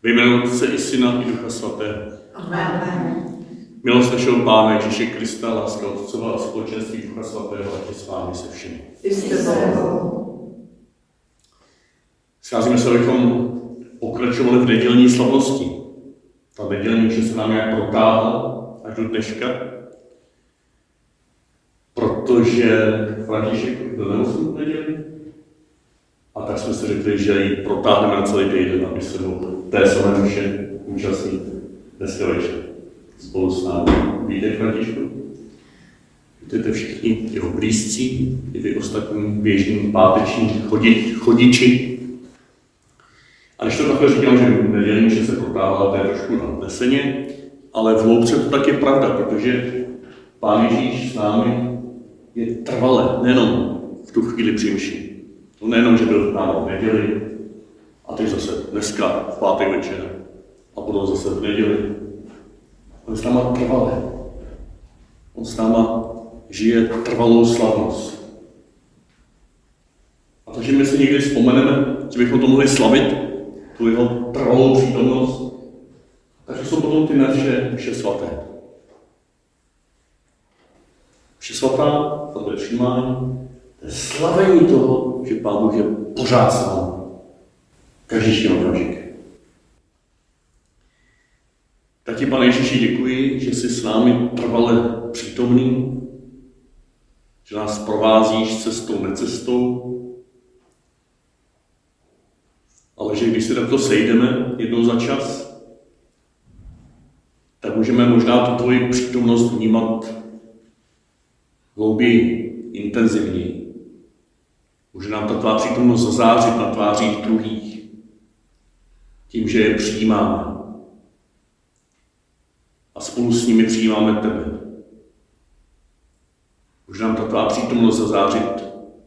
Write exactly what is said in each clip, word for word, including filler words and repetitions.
Ve jménu Otce i Syna i Ducha Svatého. Amen. Milost našeho Pána Ježíše Krista, láska Otcova a společenství Ducha Svatého, ať je s vámi se všemi. Scházíme se, abychom pokračovali v nedělní slavnosti. Ta nedělní mše se nám nějak protáhla až do dneška, protože František byl nemocný v neděli. A tak jsme si řekli, že ji protáhneme na celý týden, aby se mohl té samé mše účastnit dneska večer spolu s námi. Vítej, Františku. Vítejte všichni jeho blízcí, i vy ostatní běžní páteční chodi, chodiči. A když to takhle říkám, že nedělní mše se protáhla, to je trošku nadneseně, ale v hloubce to tak je pravda, protože Pán Ježíš s námi je trvale, nejenom v tu chvíli při mši. To nejenom, že byl ráno v neděli, a teď zase dneska, v pátek večer, a potom zase v neděli. On s náma trvale. On s náma žije trvalou slavnost. A takže my si někdy vzpomeneme, že bychom to mohli slavit, tu jeho trvalou přítomnost, takže jsou potom ty naše mše svaté. Mše svatá, to je přijímání, to je slavení toho, že Pán Bůh je pořád s námi. Každý okamžik. Tak ti, Pane Ježíši, děkuji, že jsi s námi trvale přítomný, že nás provázíš cestou, necestou, ale že když se takto sejdeme jednou za čas, tak můžeme možná tu tvoji přítomnost vnímat hlouběji, intenzivněji. Může nám ta tvá přítomnost zazářit na tvářích druhých, tím, že je přijímáme. A spolu s nimi přijímáme tebe. Může nám ta tvá přítomnost zazářit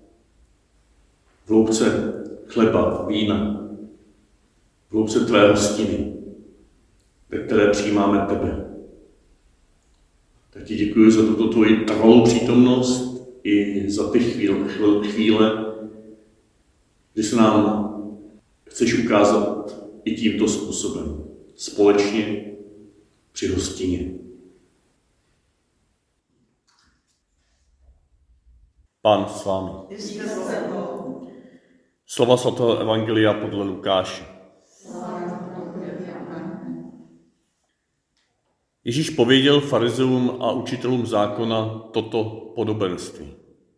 v hloubce chleba, vína, v hloubce tvé hostiny, ve které přijímáme tebe. Tak ti děkuji za tuto tvoji trvalou přítomnost i za ty chvíle, chvíle, kdy se nám chceš ukázat i tímto způsobem, společně při hostině. Pán s vámi. Slova svatého evangelia podle Lukáše. Ježíš pověděl farizeům a učitelům zákona toto podobenství.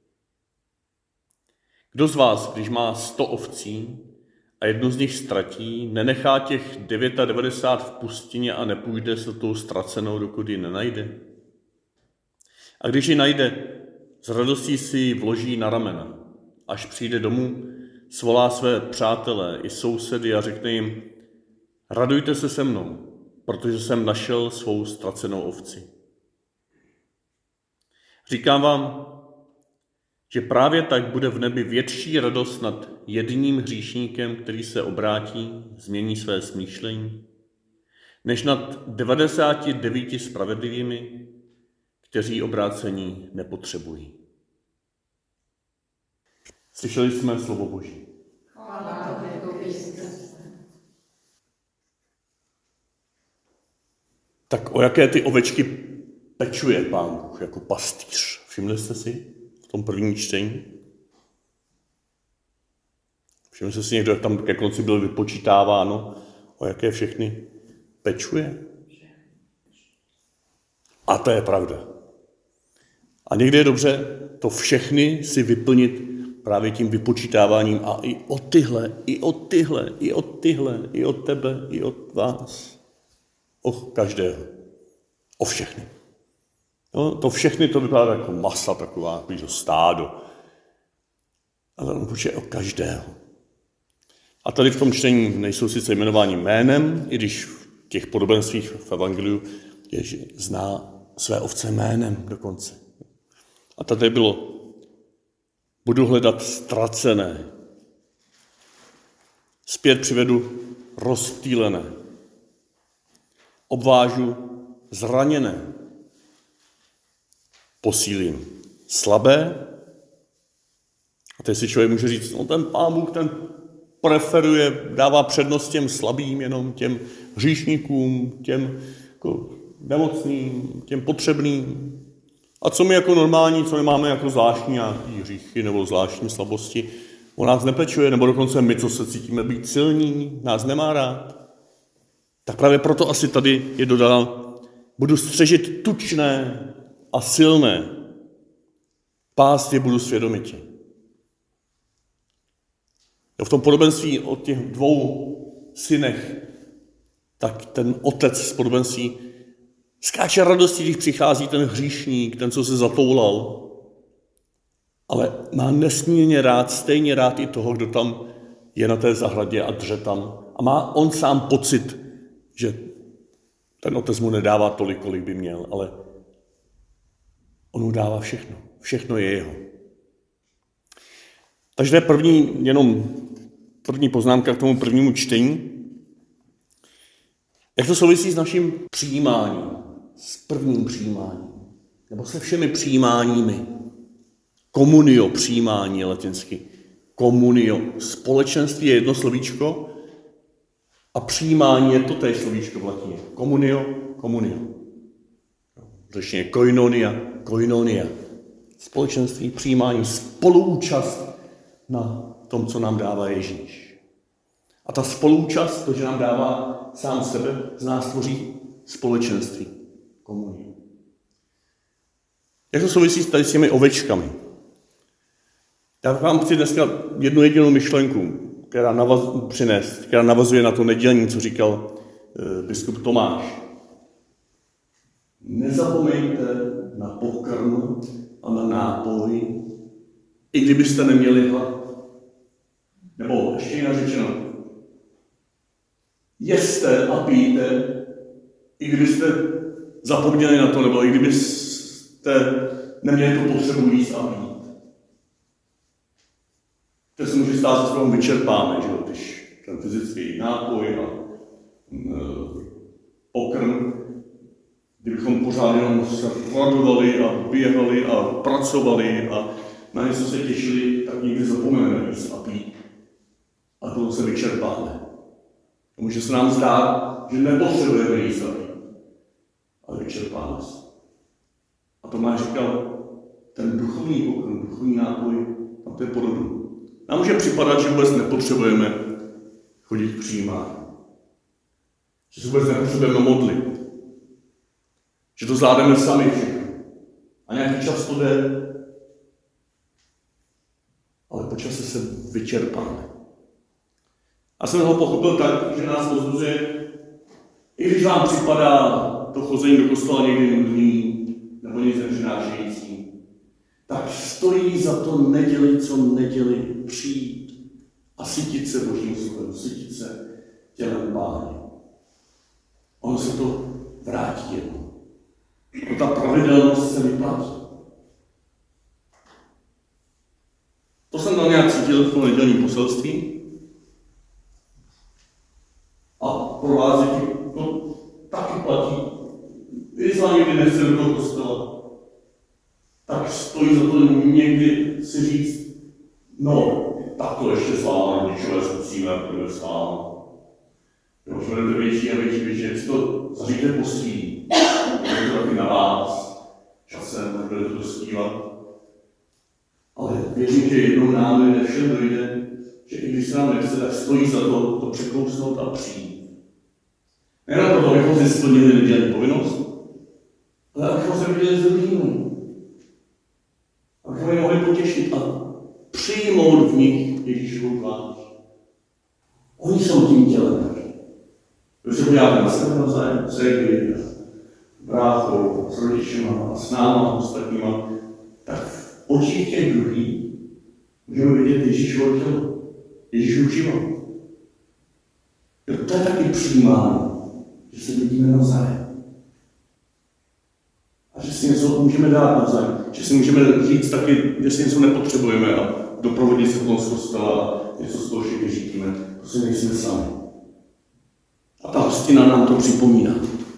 Kdo z vás, když má sto ovcí a jednu z nich ztratí, nenechá těch devadesát devět v pustině a nepůjde se tou ztracenou, dokud ji nenajde? A když ji najde, s radostí si ji vloží na ramena. Až přijde domů, svolá své přátelé i sousedy a řekne jim: radujte se se mnou, protože jsem našel svou ztracenou ovci. Říkám vám, že právě tak bude v nebi větší radost nad jedním hříšníkem, který se obrátí, změní své smýšlení, než nad devadesáti devíti spravedlivými, kteří obrácení nepotřebují. Slyšeli jsme slovo Boží. Tak o jaké ty ovečky pečuje Pán Bůh jako pastýř? Všimli jste si v tom prvním čtení? Všimli jste si někdo, jak tam ke konci bylo vypočítáváno, o jaké všechny pečuje? A to je pravda. A někdy je dobře to všechny si vyplnit právě tím vypočítáváním a i o tyhle, i o tyhle, i o tyhle, i o tebe, i od vás. O každého. O všechny. No, to všechny to vypadá jako masa, taková, takový to stádo. Ale on půjde o každého. A tady v tom čtení nejsou sice jmenováni jménem, i když v těch podobenstvích v evangeliu je, že zná své ovce jménem dokonce. A tady bylo: budu hledat ztracené. Zpět přivedu rozptýlené. Obvážu zraněné. Posílím slabé. A teď si člověk může říct: no ten Pán Bůh, ten preferuje, dává přednost těm slabým, jenom těm hříšníkům, těm jako nemocným, těm potřebným. A co my jako normální, co my máme jako zvláštní nějaký hříchy nebo zvláštní slabosti, on nás nepečuje, nebo dokonce my, co se cítíme být silní, nás nemá rád. Tak právě proto asi tady je dodala, budu střežit tučné a silné, pást je budu svědomitě. V tom podobenství o těch dvou synech, tak ten otec z podobenství skáče radostí, když přichází ten hříšník, ten, co se zatoulal, ale má nesmírně rád, stejně rád i toho, kdo tam je na té zahradě a dře tam. A má on sám pocit, že ten otec mu nedává tolik, kolik by měl, ale on mu dává všechno. Všechno je jeho. Takže to je první, jenom první poznámka k tomu prvnímu čtení. Jak to souvisí s naším přijímáním, s prvním přijímáním, nebo se všemi přijímáními. Komunio, přijímání je latinsky. Komunio, společenství je jedno slovíčko a přijímání je totéž slovíčko v latině. Komunio, komunio. V řečtině koinonia, koinonia. Společenství, přijímání, spoluúčast na tom, co nám dává Ježíš. A ta spoluúčast, to, že nám dává sám sebe, z nás tvoří společenství, komunii. Jak to souvisí tady s těmi ovečkami? Já vám chci dneska jednu jedinou myšlenku, která navaz, přinést, která navazuje na to nedělní, co říkal e, biskup Tomáš. Nezapomeňte na pokrm a na nápoj, i kdybyste neměli hlad. Nebo ještě jinak řečeno, jeste a pijte, i kdybyste zapomněli na to, nebo i kdybyste neměli tu potřebu jíst a pít. To se může stát, že se vám vyčerpáme, že jo, když ten fyzický nápoj a e, pokrm, kdybychom pořád jenom se radovali a běhali a pracovali a na něco se těšili, tak někdy zapomeneme jíst a pít. A to se vyčerpáme. Může se nám zdát, že nepotřebujeme jíst a pít, ale vyčerpáme se. A Tomáš říkal, ten duchovní pokrm, duchovní nápoj, tam to je podobné. Nám může připadat, že vůbec nepotřebujeme chodit k přijímání. Že se vůbec nepotřebujeme modlit. Že to zvládneme sami všechno. A nějaký čas to jde, ale po čase se vyčerpáme. A jsem ho pochopil tak, že nás pozbuzuje, i když vám připadá to chození do kostela někdy nudný, nebo nic nepřinášející, tak stojí za to neděli, co neděli, přijít a sytit se Božím slovem, sytit se tělem Páně. Ono se to vrátí jednou. No, ta pravidelnost se vyplatí. To jsem tam nějak cítil v tom nedělním poselství. A pro vás to taky platí. Když se vám někdy nechce do toho kostela, tak stojí za to někdy si říct, no, tak to ještě s váma rodičové zkusíme, budeme s váma. Už budete větší a větší, větší, si to zaříďte postří. Bude to taky na vás, časem, až budete to zpívat. Ale věřím, že jednou nám ne všem dojde, že i když se nám nechce, tak stojí za to, to překousnout a přijít. Nejenom proto, abychom si splnili nedělní povinnost, ale abychom se viděli s druhými. Abychom je mohli potěšit a přijmout v nich Ježíšovu tvář. Oni jsou tím tělem. Když se podíváme na sebe navzájem, dcery, bráchou, s rodičima a s náma, ostatníma, tak v očích těch druhých můžeme vidět Ježíšovo tělo, Ježíšův život. To je taky přijímání, že se vidíme navzájem. A že si něco můžeme dát navzájem, že si můžeme říct taky, že si něco nepotřebujeme a doprovodit se potom z kostela a něco z toho všichni řídíme. Prostě nejsme sami. A ta hostina nám to připomíná.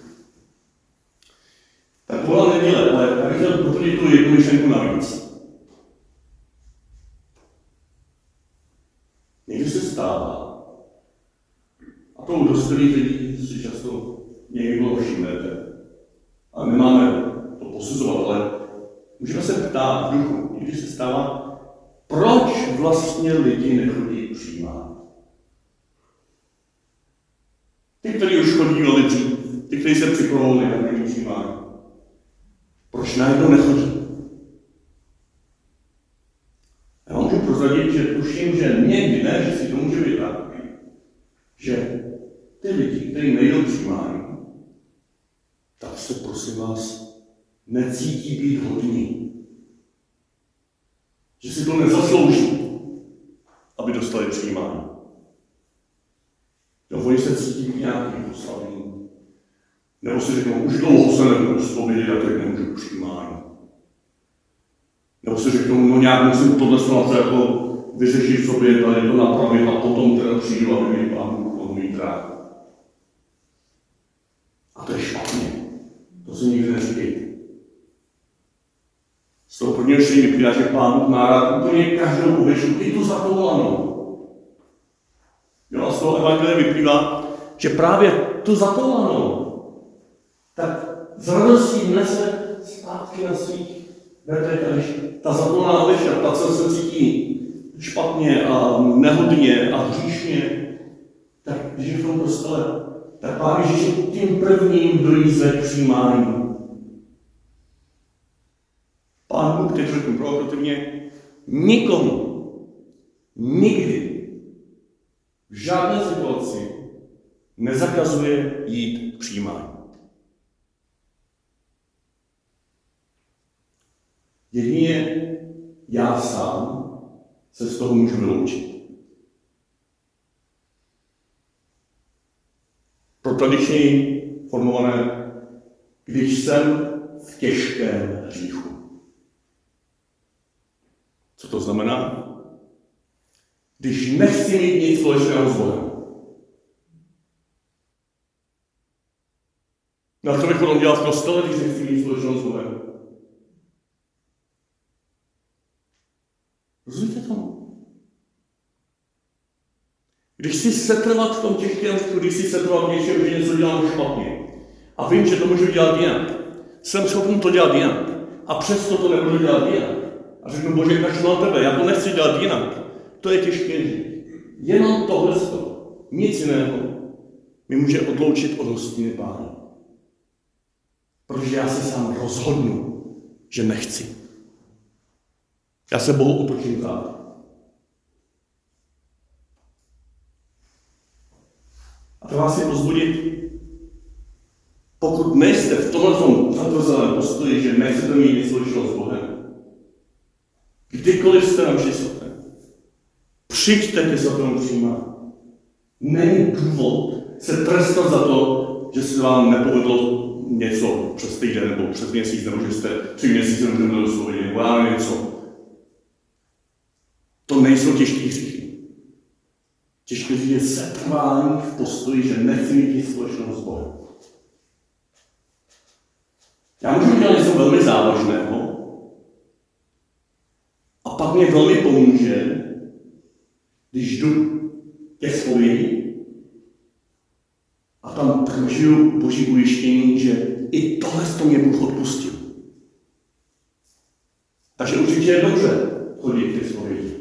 Tak byla neděle, ale já bych chtěl doplnit tu jednu myšlenku navíc. Někdy se stává. A to u dospělých lidí si často někdy bylo všimnete. A nemáme to posuzovat, ale můžeme se ptát v duchu, když se stává, proč vlastně lidi nechodí k přijímání. Ty, kteří už chodívali dřív, ty, kteří se připravovali na první přijímání, proč najednou nechodí? Já vám můžu prozradit, že tuším, že někdy, ne, že si to může být tak, že ty lidi, kteří nejdou přijímání, tak se prosím vás necítí být hodní. Že si to nezaslouží, aby dostali přijímání. Jo, oni se cítí být nějaký poslaný. Nebo si řeknou, už dlouho se nebudu zpovědět, a tak nemůžu přijímání. Nebo si řeknou, no nějak musím tohle snad jako vyřešit sobě, tady to napravit a potom teda přijdu, aby mi Pán Bůh mohl mít rád. A to je špatně. To si nikdy neříkejte. Z toho prvního čtení vyplývá, že Pán Bůh má rád úplně každou ověčku, i tu zatovolanou. Jo, a z toho evangelia vyplývá, že právě tu zatovolanou tak z radostí nese zpátky na svých bedrech, a když ta zatovolaná ověčka, ta se cítí špatně a nehodně a hříšně, tak když je v tom kostele, tak Pán Ježíš je tím prvním, kdo jí zve k přijímání. Pán Bůh, teď řeknu provokativně, nikomu, nikdy, v žádné situaci nezakazuje jít k přijímání. Jedině já sám se z toho můžu vyloučit. Pro tradičně formované, když jsem v těžkém hříchu. Co to znamená? Když nechci mít nic společného s Bohem. No a co bych potom dělal v kostele, když nechci mít společného s Bohem? Rozumíte tomu? Když si setrvat v tom těžkém hříchu, když si setrvat v něčem, že něco dělám špatně a vím, že to můžu dělat jinak, jsem schopný to dělat jinak a přesto to nebudu dělat jinak. A řeknu, Bože, kašlu na tebe, já to nechci dělat jinak. To je těžké hřích. Jenom tohle z toho, nic jiného, mi může odloučit od hostiny Páně. Protože já se sám rozhodnu, že nechci. Já se Bohu otočím zády. A to vás chci pozbudit, pokud nejste v tomhle zatvrzelém postoji, že nechcete mít nic společného s Bohem, kdykoliv jste na mši svaté, přijďte ke svatému přijímání. Není důvod se trestat za to, že se vám nepovedlo něco přes týden nebo přes měsíc, nebo že jste tři měsíce nebyli osvobodit, nebo já nevím něco. To nejsou těžké hříchy. Těžké hříchy je setrvání v postoji, že nechci mít nic společného s Bohem. Já můžu dělat něco velmi závažného, a pak mě velmi pomůže, když jdu ke zpovědi a tam žiju Boží ujištění, že i tohle to mě Bůh odpustil. Takže určitě je dobře chodit ke zpovědi.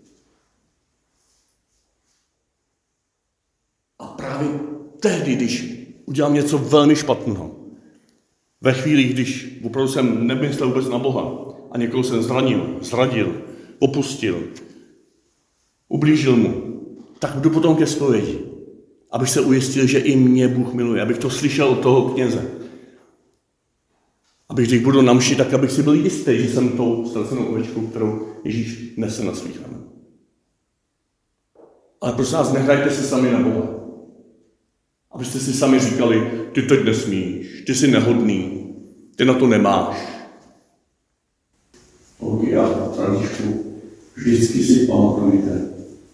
A právě tehdy, když udělám něco velmi špatného, ve chvíli, když opravdu jsem nemyslel vůbec na Boha, a někoho jsem zranil, zradil, opustil, ublížil mu, tak jdu potom ke zpovědi, abych se ujistil, že i mě Bůh miluje, abych to slyšel od toho kněze. Abych, když budu na mši, tak abych si byl jistý, že jsem tou ztracenou ovečkou, kterou Ježíš nese na svých rameny. Ale prosím vás, nehrajte si sami na Boha. Abyste si sami říkali, ty teď nesmíš, ty jsi nehodný, ty na to nemáš. Holky a Františku, vždycky si pamatujte,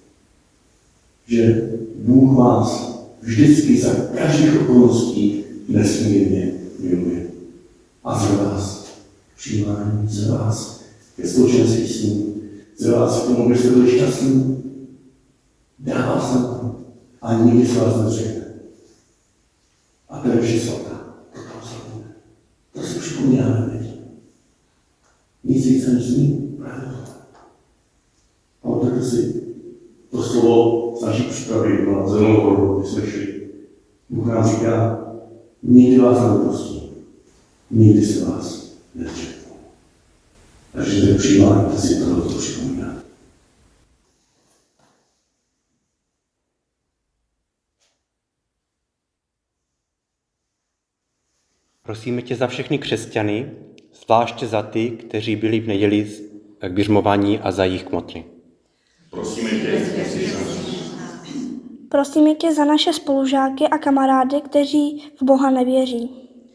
že Bůh vás vždycky za každých okolností nesmírně miluje. A za vás přijímání, za vás ke společenství s ním, za vás k tomu, abyste byli šťastní. Já vás znám a nikdy se vás nezřekne. A to je vše svatá, to tam svatý. To si připomínáme teď. Nic více než z ní, právě to. A otevřete si to slovo z naší přípravy na Zelenou horu, kdy jsme šli. Bůh nám říká, nikdy vás neopustím, nikdy se vás nezřeknu. Takže teď přijímáte si tohle připomínat. Prosíme tě za všechny křesťany, zvláště za ty, kteří byli v neděli k běžmování a za jejich kmotry. Prosíme tě, Prosíme tě za naše spolužáky a kamarády, kteří v Boha nevěří.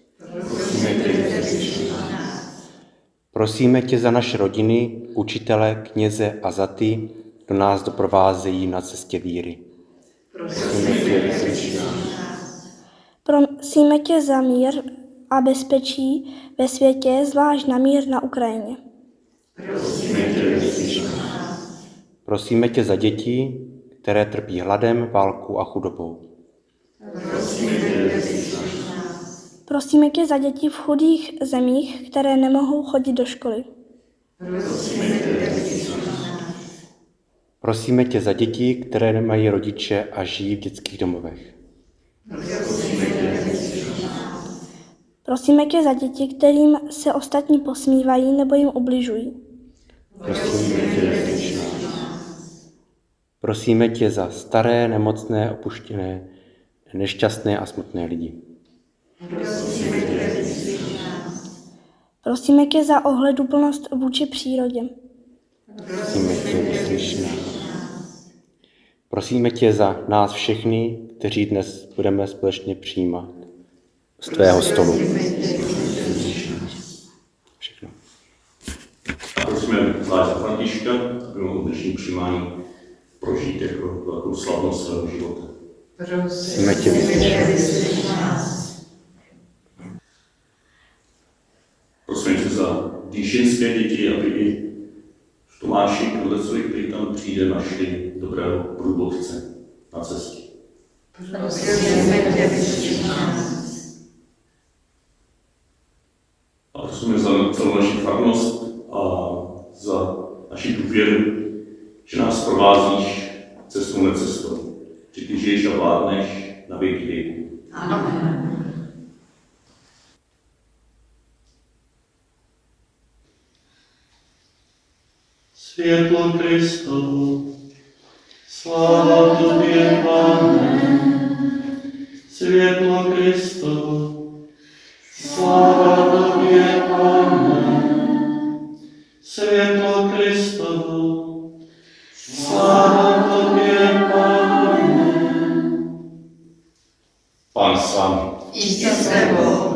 Prosíme tě za naše rodiny, učitele, kněze a za ty, kdo nás doprovázejí na cestě víry. Prosíme tě za mír a bezpečí ve světě, zvlášť na mír na Ukrajině. Prosíme tě za děti, které trpí hladem, válkou a chudobou. Prosíme tě za děti v chudých zemích, které nemohou chodit do školy. Prosíme tě za děti, které nemají rodiče a žijí v dětských domovech. Prosíme tě za děti, kterým se ostatní posmívají nebo jim ubližují. Prosíme tě, Prosíme tě za staré, nemocné, opuštěné, nešťastné a smutné lidi. Prosíme tě za ohleduplnost vůči přírodě. Prosíme tě, vyslyš nás. Prosíme tě za nás všechny, kteří dnes budeme společně přijímat z tvého stolu. Všechno. a prosíme zvlášť za Františka, aby mohl dnešní přijímání prožít jako velkou slavnost svého života. Prosíme tě, vyslyš nás. Prosím tě za díšinské děti, aby i v Tomáši Krlecovi, který tam přijde, našli dobrého průvodce na cestě. A prosíme za celou naši farnost a za naši důvěru, že nás provázíš cestou necestou, že ty žiješ a vládneš na věky věků. Amen. Světlo Kristovo, sláva tobě, Pane. Světlo Kristovo, sláva tobě, Pane. Světlo Kristovo, sláva tobě, Pane. Pán s vámi. I s tebou.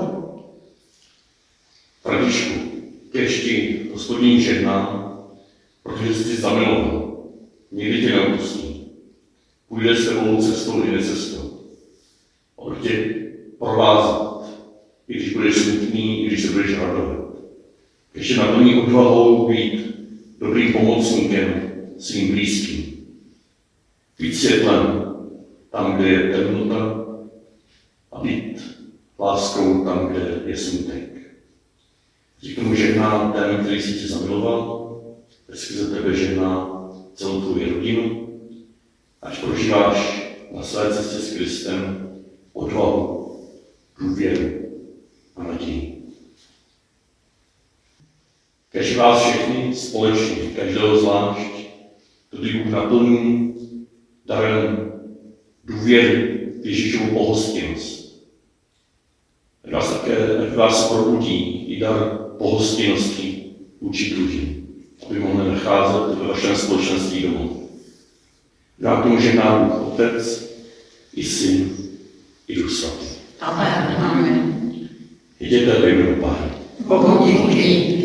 Františku, kež ti Hospodin žehná, protože jsi zamiloval, nikdy tě neopustí. Půjde s tebou cestou i necestou. A bude tě provázet, i když budeš smutný, i když se budeš radovat. Kež tě naplní odvahou být dobrým pomocníkem svým blízkým. Být světlem tam, kde je temnota, a být láskou tam, kde je smutek. Díky tomu žehná ten, který si tě zamiloval, skrze tebe žehná celou tvou rodinu, až prožíváš na své cestě s Kristem odvahu, důvěru a naději. Kež vás všechny společně, každého zvlášť, tudy Bůh naplní darem důvěry v Ježíšovu pohostinnost. Ať vás také, ať vás probudí i dar pohostinnosti vůči druhým, aby mohli nacházet ve vašem společenství domů. Dám tomu žehná Bůh Otec, i Syn, i Duch Svatý. Amen. Amen. Jděte ve jménu Páně. Bohu díky.